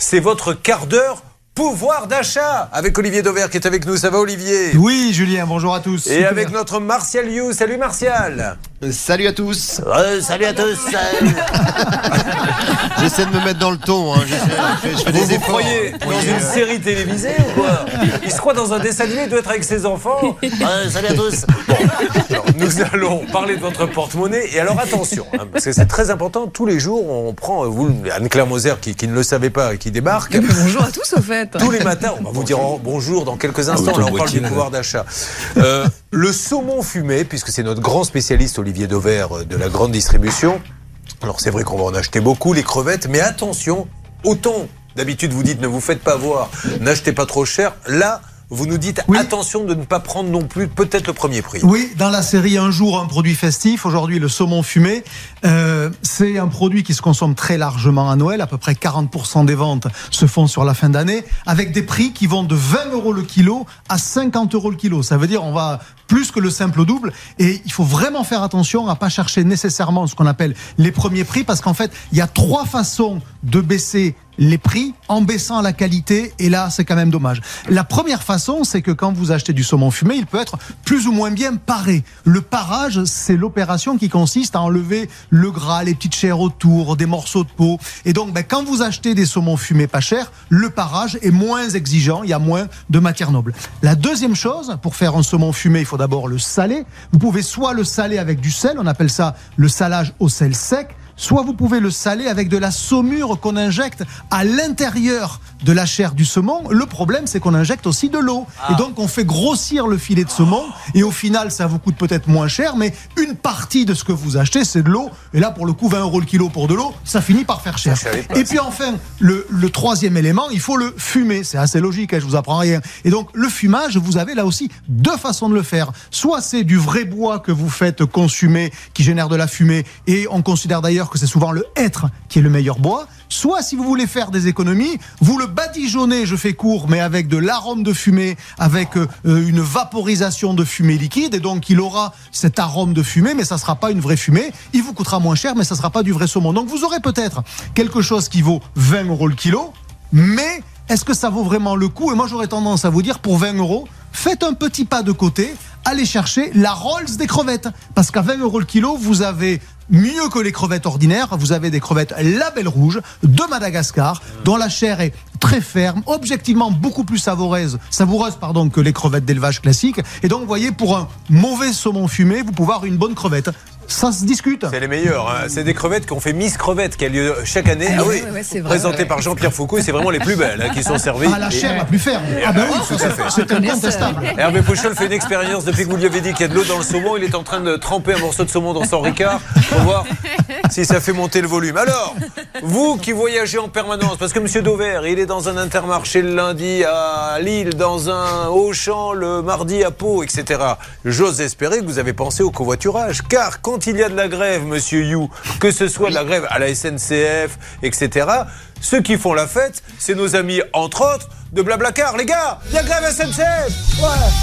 c'est votre quart d'heure pouvoir d'achat avec Olivier Dauvert qui est avec nous. Ça va, Olivier? Oui, Julien, bonjour à tous. Et avec notre Martial You. Salut Martial. Salut à tous. Salut à tous. J'essaie de me mettre dans le ton. Je fais des efforts. Vous croyez dans une série télévisée ou quoi? Il se croit dans un dessin animé, il doit être avec ses enfants. Salut à tous. Bon, alors, nous allons parler de votre porte-monnaie. Et alors attention, parce que c'est très important. Tous les jours, on prend, vous, Anne-Claire Moser, qui ne le savait pas et qui débarque. Bonjour à tous, au fait. Tous les matins, on va vous dire bonjour dans quelques instants. Là, on parle du pouvoir d'achat. Le saumon fumé, puisque c'est notre grand spécialiste Olivier Dauvert de la grande distribution. Alors c'est vrai qu'on va en acheter beaucoup, les crevettes, mais attention, autant d'habitude vous dites ne vous faites pas voir, n'achetez pas trop cher, là vous nous dites attention de ne pas prendre non plus peut-être le premier prix. Oui, dans la série Un jour, un produit festif, aujourd'hui le saumon fumé, c'est un produit qui se consomme très largement à Noël, à peu près 40% des ventes se font sur la fin d'année, avec des prix qui vont de 20 € le kilo à 50 € le kilo. Ça veut dire on va plus que le simple double, et il faut vraiment faire attention à pas chercher nécessairement ce qu'on appelle les premiers prix, parce qu'en fait, il y a 3 façons de baisser les prix en baissant la qualité, et là c'est quand même dommage. La première façon, c'est que quand vous achetez du saumon fumé, il peut être plus ou moins bien paré. Le parage, c'est l'opération qui consiste à enlever le gras, les petites chairs autour, des morceaux de peau, et donc quand vous achetez des saumons fumés pas chers, le parage est moins exigeant, il y a moins de matière noble. La deuxième chose, pour faire un saumon fumé, il faut d'abord le saler. Vous pouvez soit le saler avec du sel, on appelle ça le salage au sel sec, soit vous pouvez le saler avec de la saumure qu'on injecte à l'intérieur de la chair du saumon. Le problème, c'est qu'on injecte aussi de l'eau. Et donc, on fait grossir le filet de saumon. Et au final, ça vous coûte peut-être moins cher, mais une partie de ce que vous achetez, c'est de l'eau. Et là, pour le coup, 20 € le kilo pour de l'eau, ça finit par faire cher. Et puis enfin, le troisième élément, il faut le fumer. C'est assez logique, je vous apprends rien. Et donc, le fumage, vous avez là aussi 2 façons de le faire. Soit c'est du vrai bois que vous faites consumer, qui génère de la fumée, et on considère d'ailleurs que c'est souvent le hêtre qui est le meilleur bois. Soit, si vous voulez faire des économies, vous le badigeonnez, je fais court, mais avec de l'arôme de fumée, avec une vaporisation de fumée liquide, et donc il aura cet arôme de fumée, mais ça ne sera pas une vraie fumée. Il vous coûtera moins cher, mais ça ne sera pas du vrai saumon. Donc vous aurez peut-être quelque chose qui vaut 20 € le kilo, mais est-ce que ça vaut vraiment le coup? Et moi, j'aurais tendance à vous dire, pour 20 €, faites un petit pas de côté, allez chercher la Rolls des crevettes. Parce qu'à 20 € le kilo, vous avez mieux que les crevettes ordinaires. Vous avez des crevettes label rouge de Madagascar, dont la chair est très ferme, objectivement beaucoup plus savoureuse que les crevettes d'élevage classiques. Et donc, vous voyez, pour un mauvais saumon fumé, vous pouvez avoir une bonne crevette. Ça se discute. C'est les meilleurs. Hein. C'est des crevettes qu'on fait Miss Crevette qui a lieu chaque année. Présentées par Jean-Pierre Foucault. Et c'est vraiment les plus belles qui sont servies. La chair la plus ferme. Oui, tout à fait. C'est incontestable. Hervé Pouchol fait une expérience depuis que vous lui avez dit qu'il y a de l'eau dans le saumon. Il est en train de tremper un morceau de saumon dans son Ricard pour voir si ça fait monter le volume. Alors, vous qui voyagez en permanence, parce que M. Dauvert, il est dans un Intermarché le lundi à Lille, dans un Auchan le mardi à Pau, etc. J'ose espérer que vous avez pensé au covoiturage. Car quand il y a de la grève, monsieur You, que ce soit de la grève à la SNCF, etc., ceux qui font la fête, c'est nos amis, entre autres, de Blablacar. Les gars, il y a grève SNCF.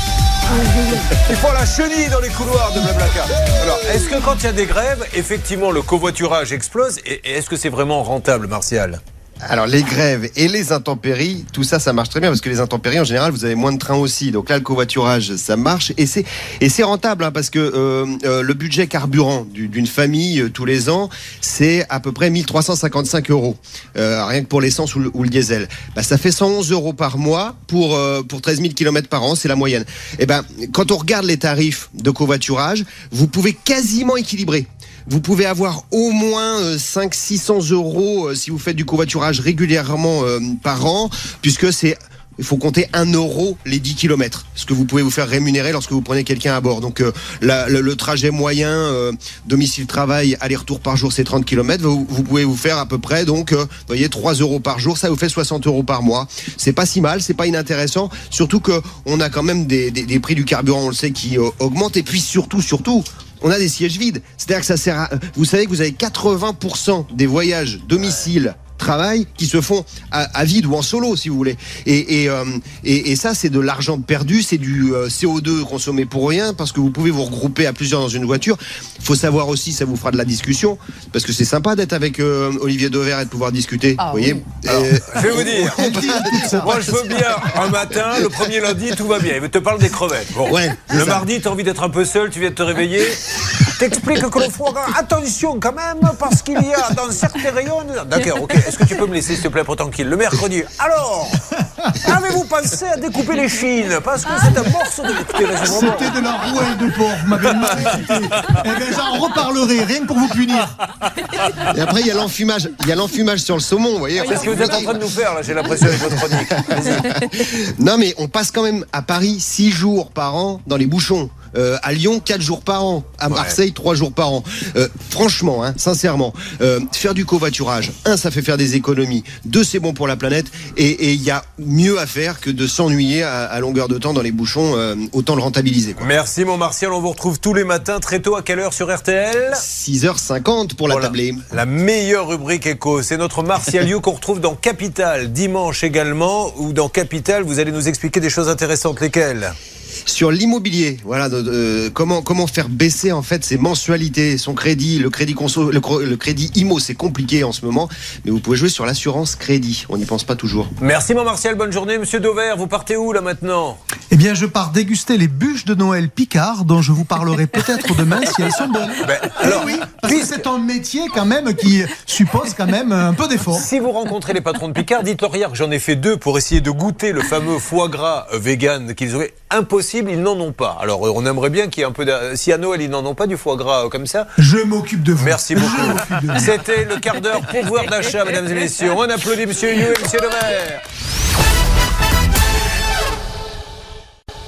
Il faut la chenille dans les couloirs de Blablacar. Alors, est-ce que quand il y a des grèves, effectivement, le covoiturage explose? Et est-ce que c'est vraiment rentable, Martial? Alors les grèves et les intempéries, tout ça, ça marche très bien parce que les intempéries en général, vous avez moins de trains aussi. Donc là, le covoiturage, ça marche et c'est rentable parce que le budget carburant d'une famille tous les ans, c'est à peu près 1355 €. Rien que pour l'essence ou le diesel. Ça fait 111 € par mois pour 13 000 km par an, c'est la moyenne. Et quand on regarde les tarifs de covoiturage, vous pouvez quasiment équilibrer. Vous pouvez avoir au moins 500-600 € si vous faites du covoiturage régulièrement par an, puisque il faut compter 1 € les 10 km, ce que vous pouvez vous faire rémunérer lorsque vous prenez quelqu'un à bord. Donc le trajet moyen, domicile-travail, aller-retour par jour, c'est 30 km. Vous pouvez vous faire à peu près, donc, vous voyez, 3 € par jour, ça vous fait 60 € par mois. C'est pas si mal, c'est pas inintéressant, surtout qu'on a quand même des prix du carburant, on le sait, qui augmentent. Et puis surtout, on a des sièges vides. C'est-à-dire que ça sert à... Vous savez que vous avez 80% des voyages domicile travail qui se font à vide ou en solo, si vous voulez. Et ça, c'est de l'argent perdu, c'est du CO2 consommé pour rien, parce que vous pouvez vous regrouper à plusieurs dans une voiture. Il faut savoir aussi, ça vous fera de la discussion, parce que c'est sympa d'être avec Olivier Dauvert et de pouvoir discuter. Vous voyez. Alors, je vais vous dire, moi je veux bien un matin, le premier lundi, tout va bien. Il te parle des crevettes. Bon. Ouais, le ça. mardi, tu as envie d'être un peu seul, tu viens de te réveiller. T'expliques que le foie gras, attention quand même, parce qu'il y a dans certains rayons. D'accord, ok. Est-ce que tu peux me laisser, s'il te plaît, pour tranquille? Le mercredi. Alors, avez-vous pensé à découper les chines? Parce que c'est un morceau de. Écoutez, là, C'était de la rouelle de porc, vous m'avez mal écouté. Eh bien, j'en reparlerai, rien que pour vous punir. Et après, il y a l'enfumage. Il y a l'enfumage sur le saumon, vous voyez. c'est ce que vous êtes en train de nous faire, là, j'ai l'impression, avec votre chronique. Vas-y. Non, mais on passe quand même à Paris 6 jours par an dans les bouchons. À Lyon, 4 jours par an. À Marseille, 3 jours par an. Franchement, sincèrement, faire du covoiturage, 1, ça fait faire des économies. 2, c'est bon pour la planète. Et il y a mieux à faire que de s'ennuyer à longueur de temps dans les bouchons. Autant le rentabiliser, quoi. Merci, mon Martial. On vous retrouve tous les matins, très tôt. À quelle heure sur RTL? 6h50 pour la tablée. La meilleure rubrique éco, c'est notre Martial You qu'on retrouve dans Capital, dimanche également, où dans Capital, vous allez nous expliquer des choses intéressantes. Lesquelles? Sur l'immobilier, voilà, comment faire baisser en fait ses mensualités, son crédit, le crédit IMO, c'est compliqué en ce moment, mais vous pouvez jouer sur l'assurance crédit, on n'y pense pas toujours. Merci mon Martial, bonne journée. Monsieur Dauvert, vous partez où là maintenant? Eh bien, je pars déguster les bûches de Noël Picard, dont je vous parlerai peut-être demain si elles sont bonnes. Alors, oui, parce que c'est un métier quand même qui suppose quand même un peu d'effort. Si vous rencontrez les patrons de Picard, dites-leur hier que j'en ai fait 2 pour essayer de goûter le fameux foie gras vegan qu'ils auraient. Impossible, ils n'en ont pas. Alors on aimerait bien qu'il y ait un peu si à Noël ils n'en ont pas du foie gras comme ça. Je m'occupe de vous. Merci beaucoup. C'était le quart d'heure pouvoir d'achat, mesdames et messieurs. On applaudit monsieur You et monsieur Dauvert.